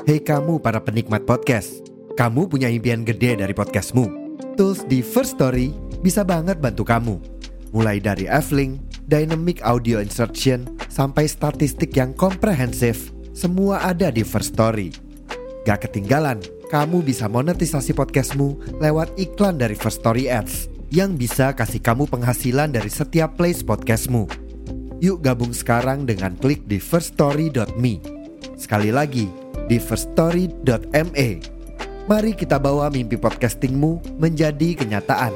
Hei kamu para penikmat podcast, kamu punya impian gede dari podcastmu. Tools di First Story bisa banget bantu kamu. Mulai dari F-Link, Dynamic Audio Insertion, sampai statistik yang komprehensif, semua ada di First Story. Gak ketinggalan, kamu bisa monetisasi podcastmu lewat iklan dari First Story Ads yang bisa kasih kamu penghasilan dari setiap plays podcastmu. Yuk gabung sekarang dengan klik di firststory.me. Sekali lagi, di firststory.me. Mari kita bawa mimpi podcastingmu menjadi kenyataan.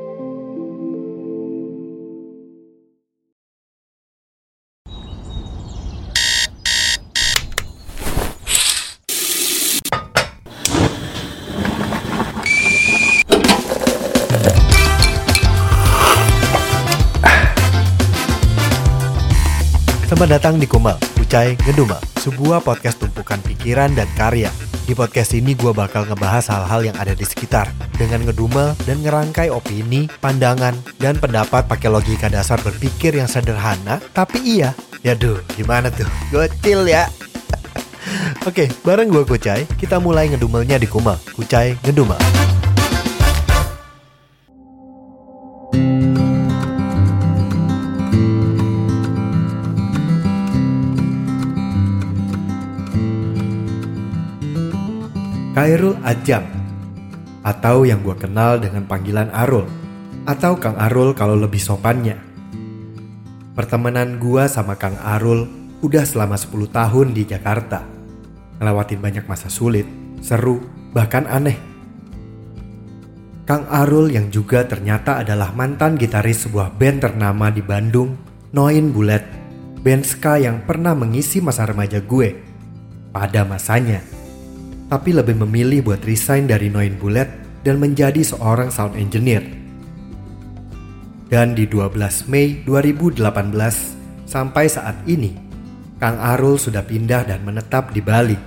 Selamat datang di Kumal, Kucai Ngedumel, sebuah podcast tumpukan pikiran dan karya. Di podcast ini gue bakal ngebahas hal-hal yang ada di sekitar dengan ngedumel dan ngerangkai opini, pandangan, dan pendapat pakai logika dasar berpikir yang sederhana, tapi iya. Yaduh, gimana tuh? Gocil ya. Oke, bareng gue Kucai, kita mulai ngedumelnya di Kumal, Kucai Ngedumel. Khairul Adjam, atau yang gue kenal dengan panggilan Arul, atau Kang Arul kalau lebih sopannya. Pertemanan gue sama Kang Arul udah selama 10 tahun di Jakarta. Ngelewatin banyak masa sulit, seru, bahkan aneh. Kang Arul yang juga ternyata adalah mantan gitaris sebuah band ternama di Bandung, Noin Bullet, band ska yang pernah mengisi masa remaja gue pada masanya. Tapi lebih memilih buat resign dari Noin Bullet dan menjadi seorang sound engineer. Dan di 12 Mei 2018 sampai saat ini, Kang Arul sudah pindah dan menetap di Bali.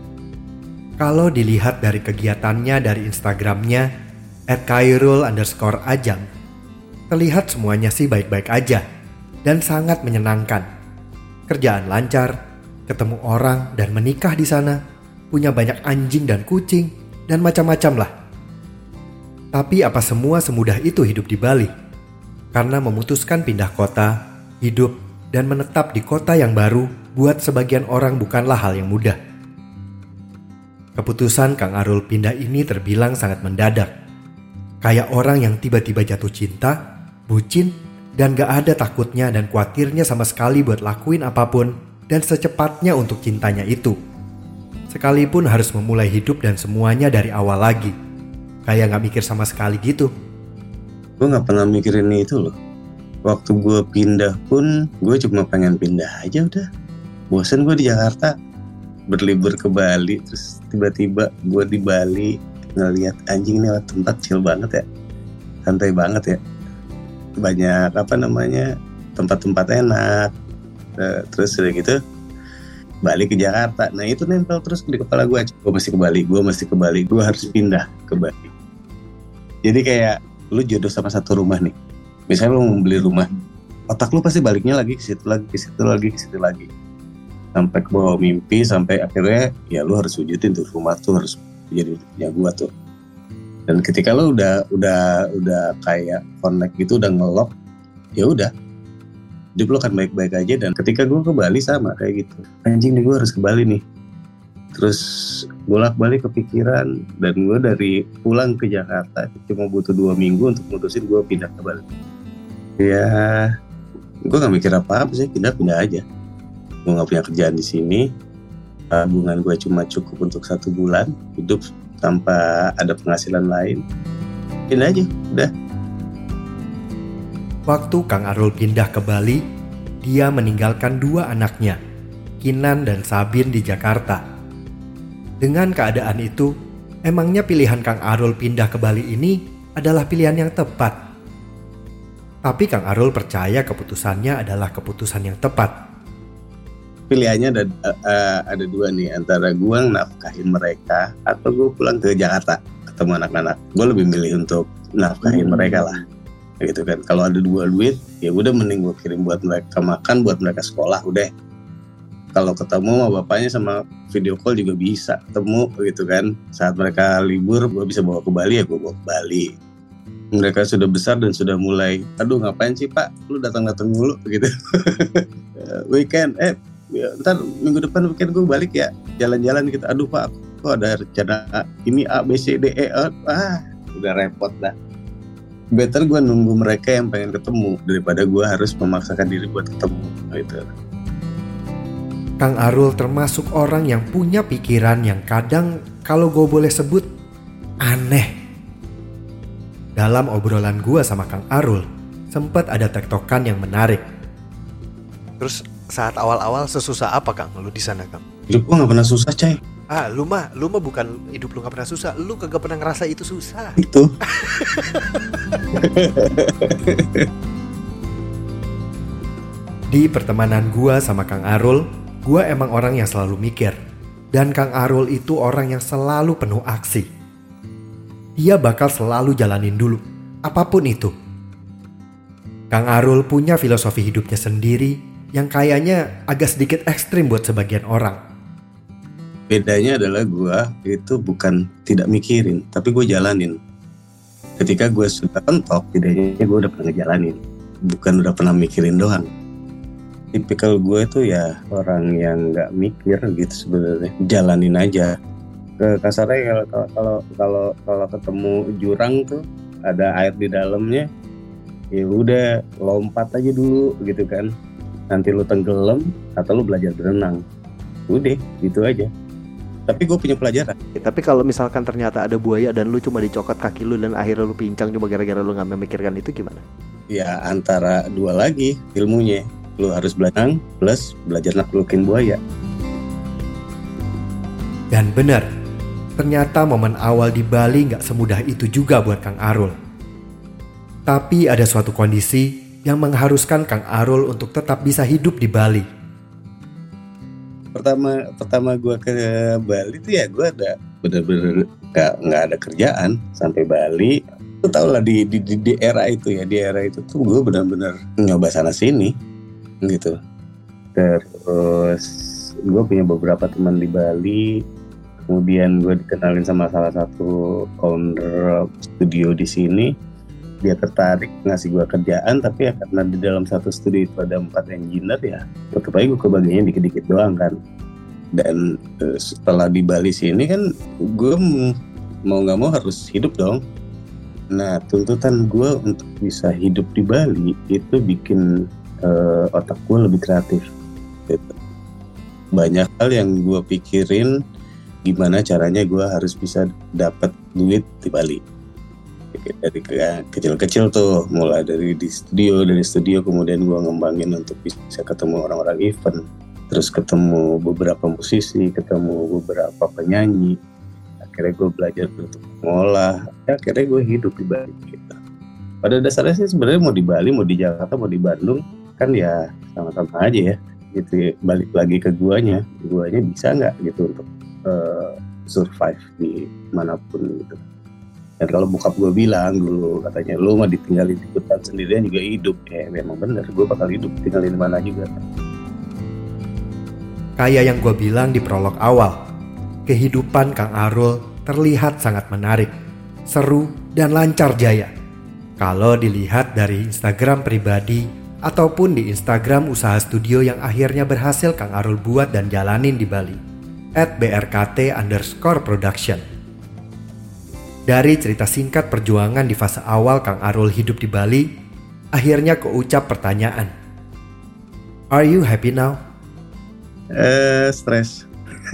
Kalau dilihat dari kegiatannya dari Instagramnya @khairul_ajam, terlihat semuanya sih baik-baik aja dan sangat menyenangkan. Kerjaan lancar, ketemu orang dan menikah di sana. Punya banyak anjing dan kucing, dan macam-macam lah. Tapi apa semua semudah itu hidup di Bali? Karena memutuskan pindah kota, hidup, dan menetap di kota yang baru buat sebagian orang bukanlah hal yang mudah. Keputusan Kang Arul pindah ini terbilang sangat mendadak. Kayak orang yang tiba-tiba jatuh cinta, bucin, dan gak ada takutnya dan khawatirnya sama sekali buat lakuin apapun dan secepatnya untuk cintanya itu. Sekalipun harus memulai hidup dan semuanya dari awal lagi. Kayak gak mikir sama sekali gitu. Gue gak pernah mikirin itu loh. Waktu gue pindah pun, gue cuma pengen pindah aja udah. Bosen gue di Jakarta. Berlibur ke Bali, terus tiba-tiba gue di Bali ngeliat anjing ini tempat chill banget ya. Santai banget ya. Banyak tempat-tempat enak. Terus udah gitu balik ke Jakarta. Nah itu nempel terus di kepala gue. Gue mesti ke Bali. Gue harus pindah ke Bali. Jadi kayak lu jodoh sama satu rumah nih. Misalnya lu mau beli rumah, otak lu pasti baliknya lagi ke situ lagi. Sampai ke bawah mimpi, sampai akhirnya ya lu harus wujudin tuh rumah tuh harus jadi punya gue tuh. Dan ketika lu udah kayak connect gitu, udah nge-lock, ya udah. Hidup lo akan baik-baik aja. Dan ketika gue ke Bali sama kayak gitu, anjing nih gue harus ke Bali nih. Terus bolak-balik kepikiran. Dan gue dari pulang ke Jakarta cuma butuh 2 minggu untuk mutusin gue pindah ke Bali. Ya gue gak mikir apa-apa sih, pindah aja. Gue gak punya kerjaan di sini. Tabungan gue cuma cukup untuk 1 bulan hidup tanpa ada penghasilan lain. Pindah aja, udah. Waktu Kang Arul pindah ke Bali, dia meninggalkan 2 anaknya, Kinan dan Sabin di Jakarta. Dengan keadaan itu, emangnya pilihan Kang Arul pindah ke Bali ini adalah pilihan yang tepat. Tapi Kang Arul percaya keputusannya adalah keputusan yang tepat. Pilihannya ada 2 nih, antara gue nafkahin mereka atau gue pulang ke Jakarta ketemu anak-anak. Gue lebih milih untuk nafkahin mereka lah. Gitu kan. Kalau ada 2 duit, ya udah mending gue kirim buat mereka makan, buat mereka sekolah, udah. kalau ketemu sama bapaknya sama video call juga bisa ketemu gitu kan. Saat mereka libur gue bisa bawa ke Bali, ya gue bawa ke Bali. Mereka sudah besar dan sudah mulai, aduh ngapain sih Pak, lu datang-datang mulu gitu. Weekend, ntar minggu depan weekend gue balik ya, jalan-jalan gitu. Aduh Pak, kok ada rencana ini A, B, C, D, E, udah repot dah. Better gue nunggu mereka yang pengen ketemu daripada gue harus memaksakan diri buat ketemu gitu. Kang Arul termasuk orang yang punya pikiran yang kadang kalau gue boleh sebut aneh. Dalam obrolan gue sama Kang Arul sempat ada tektokan yang menarik. Terus saat awal-awal sesusah apa Kang lu di sana Kang? Hidup gue gak pernah susah Cai. Lu mah bukan hidup lu gak pernah susah, lu kagak pernah ngerasa itu susah. Itu. Di pertemanan gua sama Kang Arul, gua emang orang yang selalu mikir. Dan Kang Arul itu orang yang selalu penuh aksi. Dia bakal selalu jalanin dulu, apapun itu. Kang Arul punya filosofi hidupnya sendiri yang kayaknya agak sedikit ekstrim buat sebagian orang. Bedanya adalah gue itu bukan tidak mikirin, tapi gue jalanin. Ketika gue sudah mentok, tidaknya gue udah pernah ngejalanin, bukan udah pernah mikirin doang. Tipikal gue itu ya orang yang nggak mikir gitu sebenarnya, jalanin aja. Kasarnya kalau ketemu jurang tuh ada air di dalamnya, ya udah lompat aja dulu gitu kan. Nanti lu tenggelam atau lu belajar berenang, udah gitu aja. Tapi gue punya pelajaran. Tapi kalau misalkan ternyata ada buaya dan lu cuma dicokot kaki lu dan akhirnya lu pincang cuma gara-gara lu gak memikirkan itu gimana? Ya antara dua lagi ilmunya. Lu harus belajar plus belajar naklukin buaya. Dan benar, ternyata momen awal di Bali gak semudah itu juga buat Kang Arul. Tapi ada suatu kondisi yang mengharuskan Kang Arul untuk tetap bisa hidup di Bali. Pertama gue ke Bali tuh ya gue ada bener-bener nggak ada kerjaan sampai Bali. Lu tau lah di era itu ya, di era itu tuh gue bener-bener nyoba sana sini gitu. Terus gue punya beberapa teman di Bali. Kemudian gue dikenalin sama salah satu owner studio di sini. Dia tertarik ngasih gue kerjaan, tapi ya karena di dalam satu studio itu ada 4 engineer ya tetep aja gue kebagiannya dikit-dikit doang kan. Dan setelah di Bali sini kan gue mau gak mau harus hidup dong. Nah tuntutan gue untuk bisa hidup di Bali itu bikin otak gue lebih kreatif gitu. Banyak hal yang gue pikirin gimana caranya gue harus bisa dapat duit di Bali. Dari kecil-kecil tuh, mulai dari studio kemudian gue ngembangin untuk bisa ketemu orang-orang event, terus ketemu beberapa musisi, ketemu beberapa penyanyi. Akhirnya gue belajar untuk ngolah, akhirnya gue hidup di Bali gitu. Pada dasarnya sih sebenarnya mau di Bali, mau di Jakarta, mau di Bandung kan ya sama-sama aja ya gitu. Balik lagi ke guanya bisa nggak gitu untuk survive di manapun gitu. Dan kalau bokap gue bilang dulu, katanya lu mah ditinggalin di hutan sendirian juga hidup. Ya memang bener, gue bakal hidup tinggalin di mana juga. Kayak yang gue bilang di prolog awal, kehidupan Kang Arul terlihat sangat menarik, seru, dan lancar jaya. Kalau dilihat dari Instagram pribadi ataupun di Instagram usaha studio yang akhirnya berhasil Kang Arul buat dan jalanin di Bali, @brkt_production. Dari cerita singkat perjuangan di fase awal Kang Arul hidup di Bali, akhirnya keucap pertanyaan. Are you happy now? Stres.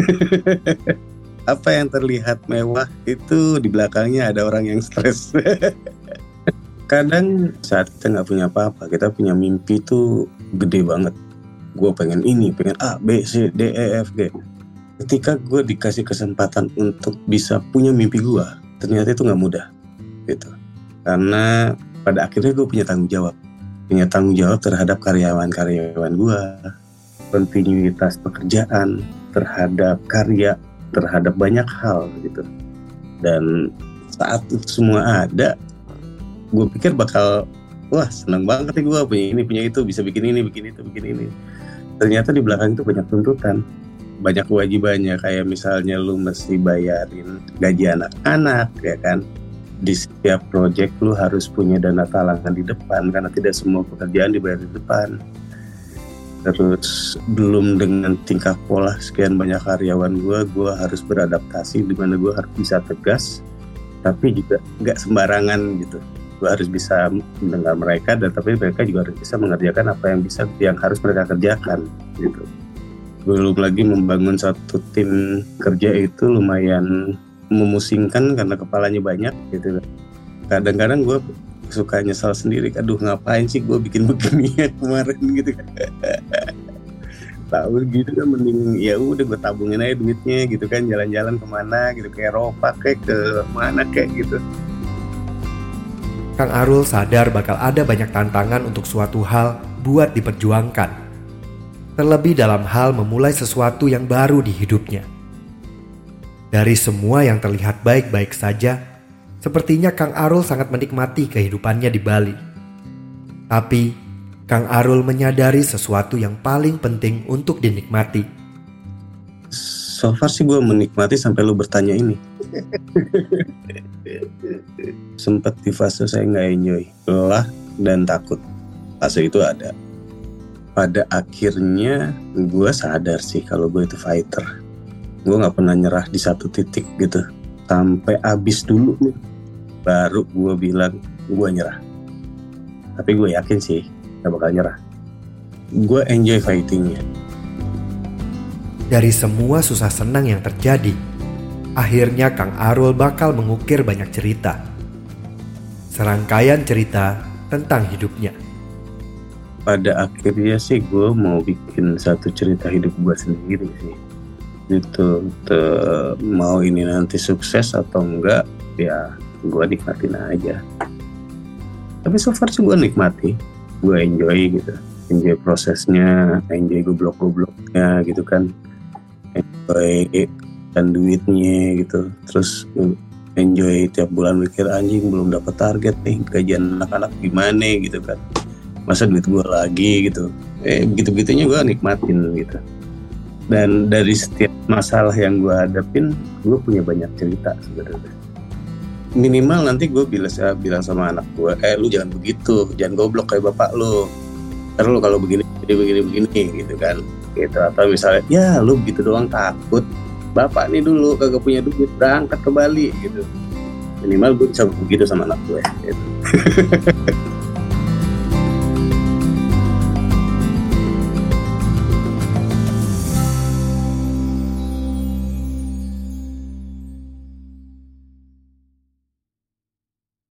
Apa yang terlihat mewah itu di belakangnya ada orang yang stres. Kadang saat kita nggak punya apa-apa, kita punya mimpi tuh gede banget. Gue pengen ini, pengen A, B, C, D, E, F, G. Ketika gue dikasih kesempatan untuk bisa punya mimpi gue, ternyata itu nggak mudah gitu. Karena pada akhirnya gue punya tanggung jawab terhadap karyawan gue, kontinuitas pekerjaan, terhadap karya, terhadap banyak hal gitu. Dan saat itu semua ada, gue pikir bakal wah senang banget nih gue punya ini punya itu, bisa bikin ini bikin itu bikin ini. ternyata di belakang itu banyak tuntutan, banyak kewajibannya, kayak misalnya lu mesti bayarin gaji anak-anak, ya kan. Di setiap proyek lu harus punya dana talangan di depan, karena tidak semua pekerjaan dibayar di depan. Terus belum dengan tingkah pola sekian banyak karyawan gue harus beradaptasi, di mana gue harus bisa tegas, tapi juga nggak sembarangan gitu. Gue harus bisa mendengar mereka, dan tapi mereka juga harus bisa mengerjakan apa yang harus mereka kerjakan gitu. Belum lagi membangun satu tim kerja itu lumayan memusingkan karena kepalanya banyak gitu. Kadang-kadang gue suka nyesal sendiri, aduh ngapain sih gue bikin beginian kemarin gitu kan. Tahu gitu kan, mending ya udah gue tabungin aja duitnya gitu kan, jalan-jalan kemana gitu, ke Eropa kayak ke mana kayak gitu. Kang Arul sadar bakal ada banyak tantangan untuk suatu hal buat diperjuangkan. Terlebih dalam hal memulai sesuatu yang baru di hidupnya. Dari semua yang terlihat baik-baik saja, sepertinya Kang Arul sangat menikmati kehidupannya di Bali. Tapi, Kang Arul menyadari sesuatu yang paling penting untuk dinikmati. So far sih gue menikmati sampai lu bertanya ini. Sempet di fase saya nggak enjoy, lelah dan takut. Fase itu ada. Pada akhirnya gue sadar sih kalau gue itu fighter. Gue gak pernah nyerah di satu titik gitu. Sampai abis dulu nih, baru gue bilang gue nyerah. Tapi gue yakin sih gak bakal nyerah. Gue enjoy fightingnya. Dari semua susah senang yang terjadi, akhirnya Kang Arul bakal mengukir banyak cerita. Serangkaian cerita tentang hidupnya. Pada akhirnya sih gue mau bikin satu cerita hidup gue sendiri sih. Gitu, mau ini nanti sukses atau enggak, ya gue nikmatin aja. Tapi so far sih gue nikmati, gue enjoy gitu, enjoy prosesnya, enjoy goblok-gobloknya gitu kan, enjoy dan duitnya gitu, terus enjoy tiap bulan mikir anjing belum dapat target nih, gajian anak-anak gimana gitu kan, masa duit gue lagi gitu, begitu-begitunya gue nikmatin gitu. Dan dari setiap masalah yang gue hadapin, gue punya banyak cerita sebenarnya. Minimal nanti gue bilang sama anak gue, lu jangan begitu, jangan goblok kayak bapak lu. Ntar lu kalau begini gitu kan. Gitu. Atau misalnya, ya lu begitu doang takut, bapak nih dulu kagak punya duit berangkat ke Bali gitu. Minimal gue bisa begitu sama anak gue gitu.